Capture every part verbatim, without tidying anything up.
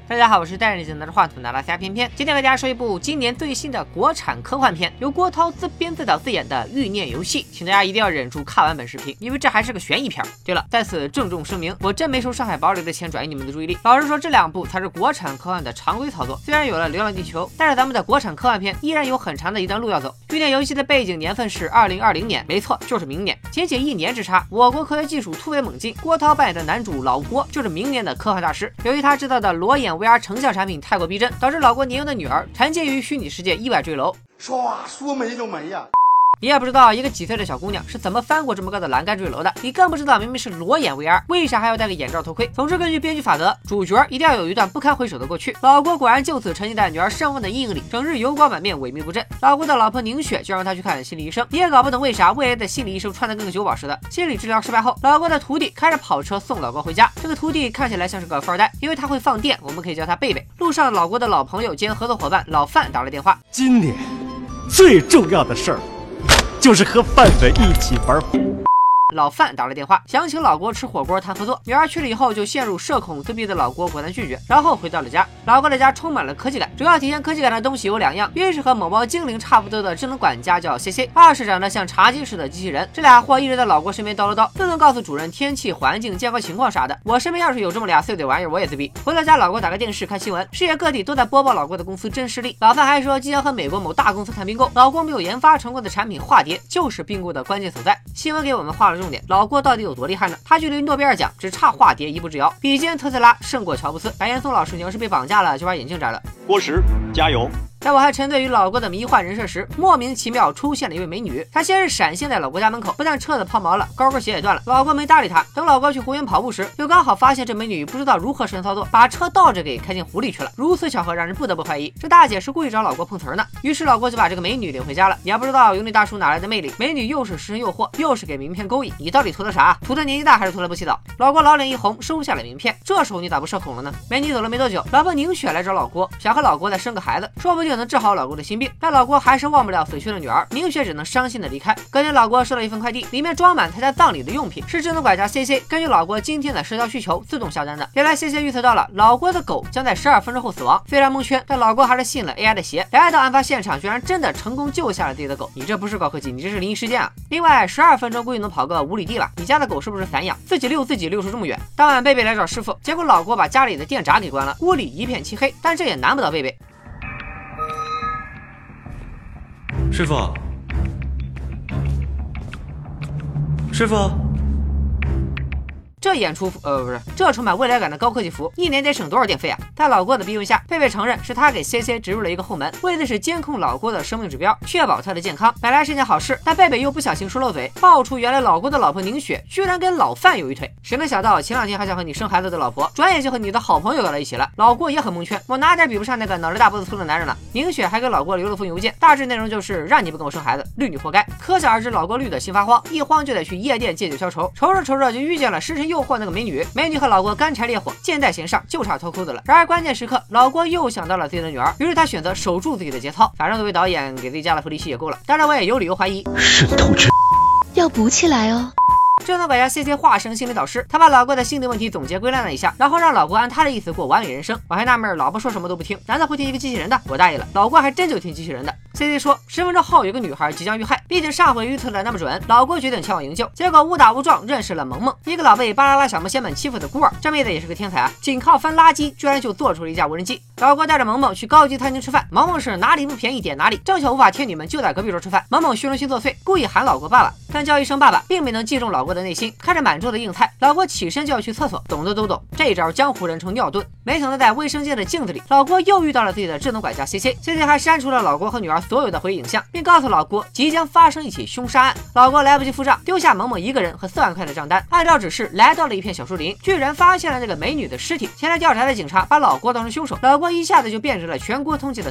大家好，我是带着你拿着话筒拿拉瞎偏偏，今天给大家说一部今年最新的国产科幻片，由郭涛自编自导自演的《欲念游戏》，请大家一定要忍住看完本视频，因为这还是个悬疑片。对了，在此郑重声明，我真没收上海堡垒的钱转移你们的注意力。老实说，这两部才是国产科幻的常规操作。虽然有了《流浪地球》，但是咱们的国产科幻片依然有很长的一段路要走。《欲念游戏》的背景年份是二零二零年，没错，就是明年。仅仅一年之差，我国科学技术突飞猛进，郭涛扮演的男主老郭就是明年的科幻大师。由于他制造的裸眼 V R 成像产品太过逼真，导致老郭年幼的女儿沉浸于虚拟世界，意外坠楼。 唰，说没就没呀！ 你也不知道一个几岁的小姑娘是怎么翻过这么高的栏杆坠楼的，你更不知道明明是裸眼 V R， 为啥还要戴个眼罩头盔？总之，根据编剧法则，主角一定要有一段不堪回首的过去。老郭果然就此沉浸在女儿身亡的阴影里，整日油光满面，萎靡不振。老郭的老婆宁雪就让他去看心理医生，你也搞不懂为啥未来的心理医生穿得跟个酒保似的。心理治疗失败后，老郭的徒弟开着跑车送老郭回家。这个徒弟看起来像是个富二代，因为他会放电，我们可以叫他贝贝。路上，老郭的老朋友兼合作伙伴老范打了电话， 今年最重要的事儿就是和范伟一起玩。 老范打了电话，想请老郭吃火锅谈合作。女儿去了以后，就陷入社恐自闭的老郭果断拒绝，然后回到了家。老郭的家充满了科技感，主要体现科技感的东西有两样，一是和某猫精灵差不多的智能管家叫 C C， 二是长得像茶几似的机器人。这俩货一直在老郭身边叨唠叨，都能告诉主人天气、环境、健康情况啥的。我身边要是有这么俩碎嘴玩意儿，我也自闭。回到家，老郭打开电视看新闻，世界各地都在播报老郭的公司真实力。老范还说即将和美国某大公司谈并购，老郭没有研发成功的产品化蝶就是并购的关键所在。新闻给我们画了重点，老郭到底有多厉害呢？他距离诺贝尔奖只差化蝶一步之遥，比肩特斯拉，胜过乔布斯。白岩松老师，你要是被绑架了，就把眼镜摘了。 郭石，加油！ 在我还沉醉于老郭的迷幻人设时，莫名其妙出现了一位美女。她先是闪现在老郭家门口，不但车子抛锚了，高跟鞋也断了。老郭没搭理她。等老郭去湖边跑步时，又刚好发现这美女不知道如何神操作，把车倒着给开进湖里去了。如此巧合，让人不得不怀疑这大姐是故意找老郭碰瓷儿呢。于是老郭就把这个美女领回家了。也不知道油腻大叔哪来的魅力，美女又是食神诱惑，又是给名片勾引，你到底图的啥？图的年纪大还是图了不洗澡？老郭老脸一红，收下了名片。这时候你咋不社恐了呢？美女走了没多久，老婆宁雪来找老郭，想和老郭再生个孩子，说不定能治好老郭的心病。但老郭还是忘不了死去的女儿，宁雪只能伤心的离开。隔天，老郭收到一份快递，里面装满参加葬礼的用品，是智能管家 C C 根据老郭今天的社交需求自动下单的。原来 C C 预测到了老郭的狗将在十二分钟后死亡，虽然蒙圈，但老郭还是信了 A I 的邪，来到案发现场，居然真的成功救下了自己的狗。你这不是高科技，你这是灵异事件啊！另外，十二分钟估计能跑个五里地了。你家的狗是不是散养，自己遛自己遛出这么远？当晚贝贝来找师傅，结果老郭把家里的电闸给关了，屋里一片漆黑，但这也难不倒贝贝。 师傅，师傅， 这演出服，呃，不是，这充满未来感的高科技服，一年得省多少电费啊？在老郭的逼问下，贝贝承认是他给 C C 植入了一个后门，为的是监控老郭的生命指标，确保他的健康。本来是件好事，但贝贝又不小心说漏嘴，爆出原来老郭的老婆宁雪居然跟老范有一腿。谁能想到前两天还想和你生孩子的老婆，转眼就和你的好朋友搞到一起了？老郭也很蒙圈，我哪点比不上那个脑袋大脖子粗的男人了？宁雪还给老郭留了封邮件，大致内容就是让你不跟我生孩子，绿你活该。可想而知，老郭绿的心发慌，一慌就得去夜店借酒消愁，愁着愁着就遇见了食神诱惑那个美女。美女和老郭干柴烈火，箭在弦上，就差脱裤子了。然而关键时刻，老郭又想到了自己的女儿，于是他选择守住自己的节操。反正作为导演，给自己加了福利戏也够了。当然，我也有理由怀疑是你偷吃， 要补起来哦。 智能管家 C C 化身心理导师，他把老郭的心理问题总结归纳了一下，然后让老郭按他的意思过完美人生。我还纳闷，老婆说什么都不听，难道会听一个机器人的？我大意了，老郭还真就听机器人的。C C 说，十分钟后有个女孩即将遇害，毕竟上回预测的那么准，老郭决定前往营救。结果误打误撞认识了萌萌，一个老被巴啦啦小魔仙们欺负的孤儿。这妹子也是个天才啊，仅靠翻垃圾，居然就做出了一架无人机。老郭带着萌萌去高级餐厅吃饭，萌萌是哪里不便宜点哪里，正巧无法天女们就在隔壁桌吃饭。萌萌虚荣心作祟，故意喊老郭爸爸，但叫一声爸爸并没能击中老郭的内心。看着满桌的硬菜，老郭起身就要去厕所，懂的都懂，这一招江湖人称尿遁。没想到在卫生间的镜子里，老郭又遇到了自己的智能管家 C C， C C 还删除了老郭和女儿所有的回忆影像，并告诉老郭即将发生一起凶杀案。老郭来不及付账，丢下萌萌一个人和四万块的账单，按照指示来到了一片小树林，居然发现了那个美女的尸体。前来调查的警察把老郭当成凶手，老郭一下子就变成了全国通缉的逃犯。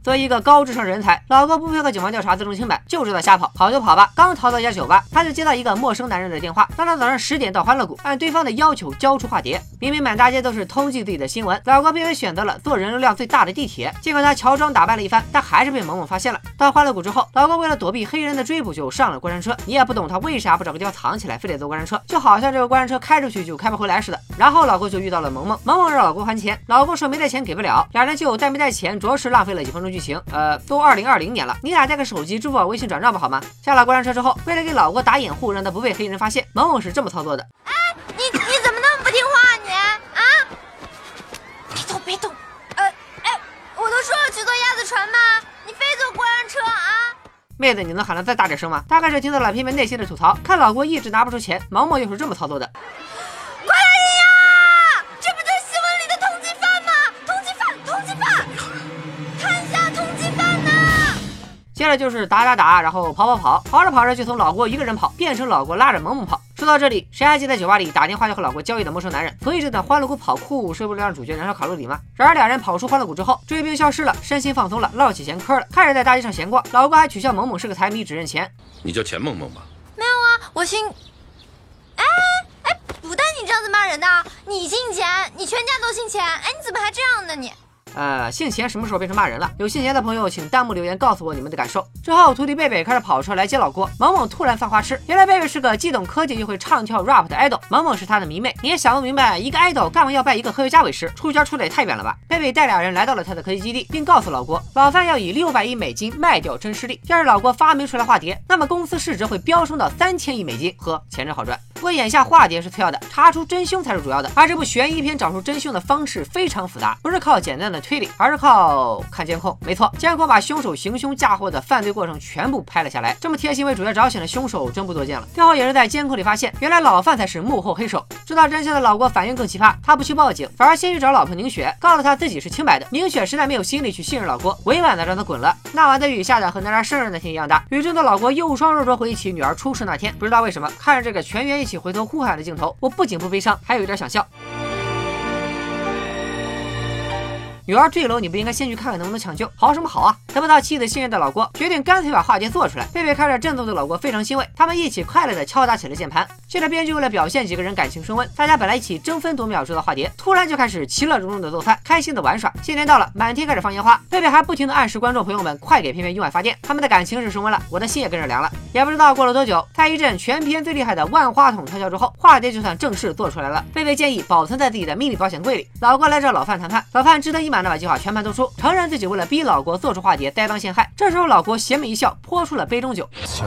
作为一个高智商人才，老郭不配合警方调查自动清白，就知道瞎跑，跑就跑吧。刚逃到一家酒吧，他就接到一个陌生男人的电话，让他早上十点到欢乐谷，按对方的要求交出化蝶。明明满大街都是通缉自己的新闻，老郭偏偏选择了坐人流量最大的地铁。尽管他乔装打扮了一番，但还是被萌萌发现了。到欢乐谷之后，老郭为了躲避黑人的追捕，就上了过山车。你也不懂他为啥不找个地方藏起来，非得坐过山车，就好像这个过山车开出去就开不回来似的。然后老郭就遇到了萌萌，萌萌让老郭还钱，老郭说没带钱给不了，俩人就带没带钱，着实浪费了几分钟剧情。呃，都二零二零年了，你俩带个手机、支付宝、微信转账不好吗？下了过山车之后，为了给老郭打掩护，让他不被黑人发现，萌萌是这么操作的。 哎，你你怎么那么不听话你啊？别动别动，呃，哎，我都说了去坐鸭子船吗？你非坐过山车啊？ 妹子，你能喊得再大点声吗？大概是听到了偏偏内心的吐槽，看老郭一直拿不出钱，萌萌又是这么操作的。 快来人呀！这不就是新闻里的通缉犯吗？通缉犯，通缉犯，看一下通缉犯呢！ 接着就是打打打，然后跑跑跑，跑着跑着就从老郭一个人跑变成老郭拉着萌萌跑。说到这里，谁还记得酒吧里打电话要和老郭交易的陌生男人？所以这段欢乐谷跑酷是为了让主角燃烧卡路里吗？然而俩人跑出欢乐谷之后，追兵消失了，身心放松了，唠起闲嗑了，开始在大街上闲逛。老郭还取笑萌萌是个财迷，只认钱。 你叫钱萌萌吧？ 没有啊，我姓……哎哎，不带你这样子骂人的，你姓钱，你全家都姓钱，哎，你怎么还这样呢你？ 呃，姓钱什么时候变成骂人了？有姓钱的朋友请弹幕留言告诉我你们的感受。之后徒弟贝贝开始跑车来接老郭，萌萌突然犯花痴，原来贝贝是个既懂科技又会唱跳 rap 的 idol， 萌萌是他的迷妹。你也想不明白，一个 idol 干嘛要拜一个科学家为师？出圈出的也太远了吧？贝贝带俩人来到了他的科技基地，并告诉老郭，老范要以六百亿美金卖掉真视力。要是老郭发明出来化蝶，那么公司市值会飙升到三千亿美金，呵，钱真好赚。不过眼下化蝶是次要的，查出真凶才是主要的。而这部悬疑片找出真凶的方式非常复杂，不是靠简单的推理，而是靠看监控。没错，监控把凶手行凶嫁祸的犯罪过程全部拍了下来。这么贴心为主角着想的凶手真不多见了。最后也是在监控里发现，原来老范才是幕后黑手。知道真相的老郭反应更奇葩，他不去报警，反而先去找老婆宁雪，告诉他自己是清白的。宁雪实在没有心力去信任老郭，委婉的让他滚了。那晚的雨下的和男儿生日那天一样大。雨中的老郭又双若着回忆起女儿出事那天，不知道为什么看着这个全员一起回头呼喊的镜头，我不仅不悲伤，还有一点想笑。女儿坠楼，你不应该先去看看能不能抢救？好什么好啊！得不到妻子信任的老郭决定干脆把化蝶做出来。贝贝看着振作的老郭非常欣慰，他们一起快乐的敲打起了键盘。接着编剧为了表现几个人感情升温，大家本来一起争分夺秒制造化蝶，突然就开始其乐融融的做饭，开心的玩耍。新年到了，满天开始放烟花，贝贝还不停的暗示观众朋友们快给片片用爱发电，他们的感情是升温了，我的心也跟着凉了。也不知道过了多久，在一阵全片最厉害的万花筒特效之后，化蝶就算正式做出来了。贝贝建议保存在自己的秘密保险柜里。老郭来找老范谈判，老范志得意满的把计划全盘托出，承认自己为了逼老郭做出化蝶栽赃陷害。这时候老郭邪魅一笑，泼出了杯中酒。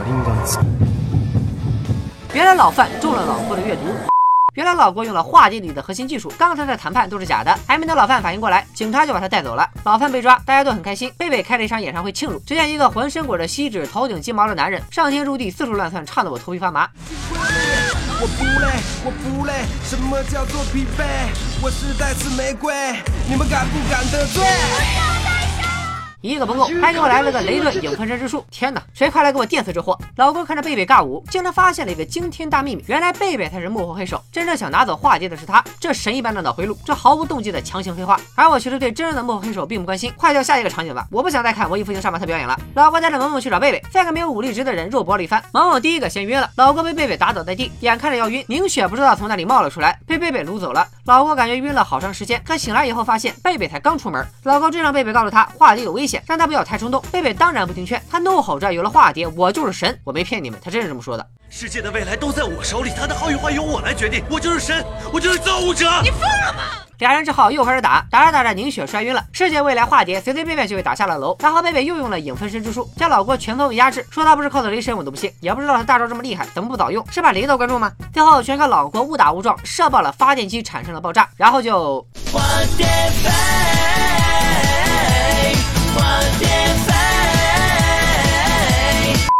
原来老范中了老郭的阅读。原来老郭用了化蝶里的核心技术，刚才的谈判都是假的。还没等老范反应过来，警察就把他带走了。老范被抓，大家都很开心。贝贝开了一场演唱会庆祝。只见一个浑身裹着锡纸、头顶金毛的男人，上天入地、四处乱窜，唱得我头皮发麻。 我不累，我不累，什么叫做疲惫？我是带刺玫瑰，你们敢不敢得罪？ 一个不够，还给我来了个雷遁影分身之术！天哪，谁快来给我电死这货！老郭看着贝贝尬舞，竟然发现了一个惊天大秘密，原来贝贝才是幕后黑手，真正想拿走化蝶的是他。这神一般的脑回路，这毫无动机的强行黑化。而我其实对真正的幕后黑手并不关心，快叫下一个场景吧，我不想再看文艺复兴杀马特表演了。老郭带着萌萌去找贝贝，再个没有武力值的人肉搏了一番，萌萌第一个先晕了，老郭被贝贝打倒在地，眼看着要晕，宁雪不知道从哪里冒了出来，被贝贝掳走了。老郭感觉晕了好长时间，可醒来以后发现贝贝才刚出门。老郭追上贝贝，告诉他化蝶有危险，让他不要太冲动。贝贝当然不听劝，他怒吼着：“有了化蝶，我就是神！”我没骗你们，他真是这么说的。 世界的未来都在我手里，它的好与坏由我来决定。我就是神，我就是造物者。 你疯了吗？ 俩人只好又开始打，打着打着，宁雪摔晕了。世界未来化蝶随随便便就被打下了楼，然后贝贝又用了影分身之术，将老郭全方位压制，说他不是靠的雷神我都不信，也不知道他大招这么厉害，怎么不早用？是怕雷到观众吗？最后全靠老郭误打误撞射爆了发电机，产生了爆炸，然后就化蝶飞，化蝶飞。电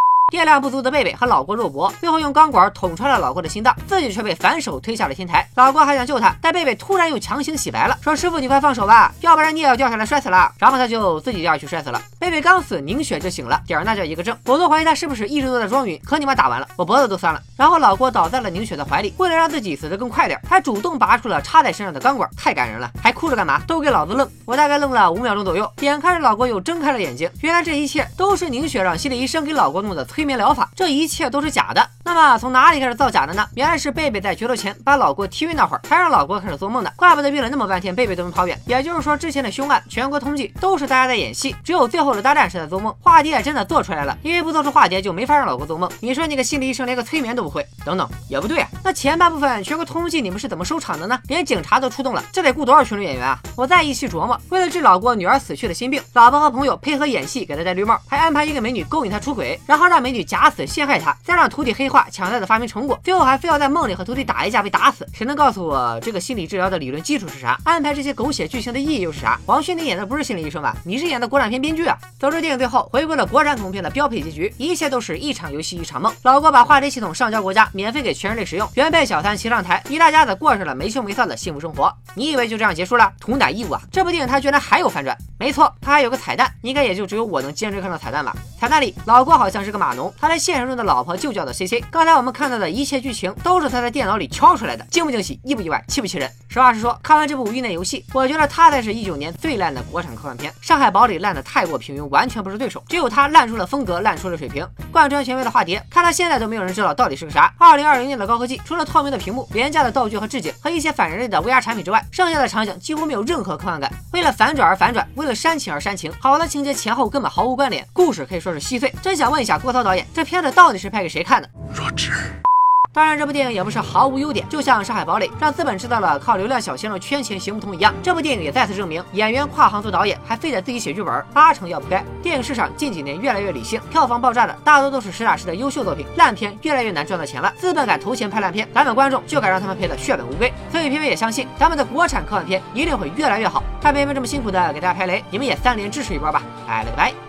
量不足的贝贝和老郭肉搏，最后用钢管捅穿了老郭的心脏，自己却被反手推下了天台。老郭还想救他，但贝贝突然又强行洗白了，说师傅你快放手吧，要不然你也要掉下来摔死了。然后他就自己掉下去摔死了。贝贝刚死，宁雪就醒了，点儿那叫一个正，我都怀疑他是不是一直都在装晕，可你妈打完了，我脖子都酸了。然后老郭倒在了宁雪的怀里，为了让自己死得更快点，他主动拔出了插在身上的钢管，太感人了，还哭着干嘛？都给老子愣！我大概愣了五秒钟左右，眼看着老郭又睁开了眼睛，原来这一切都是宁雪让心理医生给老郭弄的催眠疗法，这一切都是假的。那么从哪里开始造假的呢？原来是贝贝在决斗前把老郭踢晕那会儿，才让老郭开始做梦的。怪不得晕了那么半天，贝贝都能跑远。也就是说，之前的凶案全国通缉都是大家在演戏，只有最后的大战是在做梦。化蝶也真的做出来了，因为不做出化蝶就没法让老郭做梦。你说你个心理医生连个催眠都不会，等等也不对啊。那前半部分全国通缉你们是怎么收场的呢？连警察都出动了，这得雇多少群众演员啊？我再一细琢磨，为了治老郭女儿死去的心病，老婆和朋友配合演戏给他戴绿帽，还安排一个美女勾引他出轨，然后让美女假死陷害他，再让徒弟黑化抢他的发明成果，最后还非要在梦里和徒弟打一架被打死。谁能告诉我这个心理治疗的理论基础是啥？安排这些狗血剧情的意义又是啥？王迅你演的不是心理医生吧？你是演的国产片编剧啊！走出电影最后回归了国产恐怖片的标配结局，一切都是一场游戏一场梦。老郭把化蝶系统上交国家，免费给全人类使用，原配小三骑上台，一大家子过上了没羞没臊的幸福生活。你以为就这样结束了？图奶义务啊！这部电影它居然还有反转，没错，它还有个彩蛋，应该也就只有我能坚持看到彩蛋吧。彩蛋里，老郭好像是个码农，他在现实中的老婆就叫做 C C。刚才我们看到的一切剧情都是他在电脑里敲出来的，惊不惊喜，意不意外，气不气人？实话实说，看完这部《域内游戏》，我觉得它才是一九年最烂的国产科幻片，《上海堡垒》烂的太过平庸，完全不是对手，只有它烂出了风格，烂出了水平。贯穿全威的化蝶，看到现在都没有人知道到底是个啥。二零二零年的高科技，除了透明的屏幕、廉价的道具和置景和一些反人类的 V R 产品之外，剩下的场景几乎没有任何科幻感。为了反转而反转，为了煽情而煽情，好的情节前后根本毫无关联，故事可以说是稀碎。真想问一下郭涛导演，这片子到底是拍给谁看的？ 弱智。 当然，这部电影也不是毫无优点，就像《上海堡垒》让资本知道了靠流量小鲜肉圈钱行不通一样，这部电影也再次证明，演员跨行做导演还非得自己写剧本，八成要不该。电影市场近几年越来越理性，票房爆炸的大多都是实打实的优秀作品，烂片越来越难赚到钱了，资本敢投钱拍烂片，咱们观众就该让他们赔得血本无归。所以片片也相信，咱们的国产科幻片一定会越来越好。看片片这么辛苦的给大家拍雷，你们也三连支持一波吧，拜了个拜。